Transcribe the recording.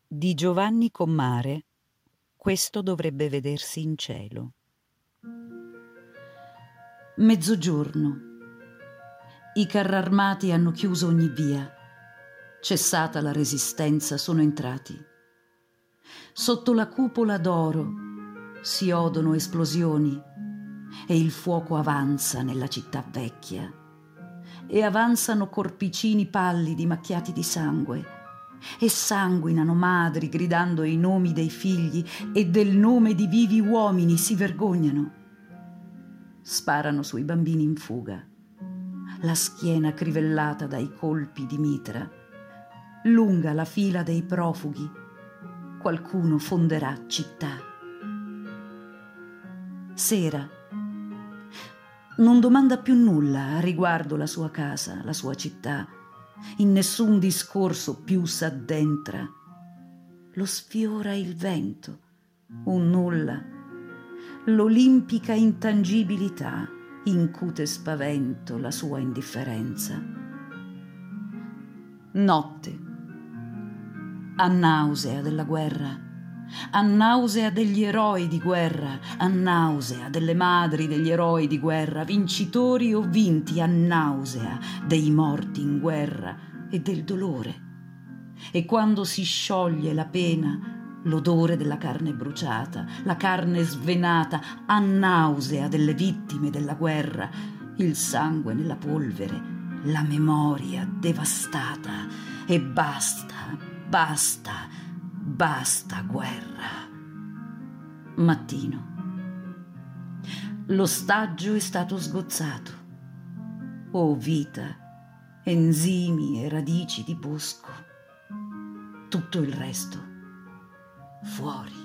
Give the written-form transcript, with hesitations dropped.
Di Giovanni Commare, Questo dovrebbe vedersi in cielo. Mezzogiorno. I carri armati hanno chiuso ogni via. Cessata la resistenza, sono entrati. Sotto la cupola d'oro si odono esplosioni e il fuoco avanza nella città vecchia. E avanzano corpicini pallidi macchiati di sangue e sanguinano madri gridando i nomi dei figli e del nome di vivi uomini si vergognano. Sparano sui bambini in fuga, la schiena crivellata dai colpi di mitra, lunga la fila dei profughi, qualcuno fonderà città. Sera. Non domanda più nulla a riguardo la sua casa, la sua città. In nessun discorso più s'addentra. Lo sfiora il vento, un nulla. L'olimpica intangibilità incute spavento la sua indifferenza. Notte. Ha nausea della guerra. Ha nausea degli eroi di guerra, ha nausea delle madri degli eroi di guerra, vincitori o vinti, ha nausea dei morti in guerra e del dolore. E quando si scioglie la pena, l'odore della carne bruciata, la carne svenata, ha nausea delle vittime della guerra, il sangue nella polvere, la memoria devastata. E basta, basta. Basta guerra. Mattino. L'ostaggio è stato sgozzato. Oh vita, enzimi e radici di bosco. Tutto il resto fuori.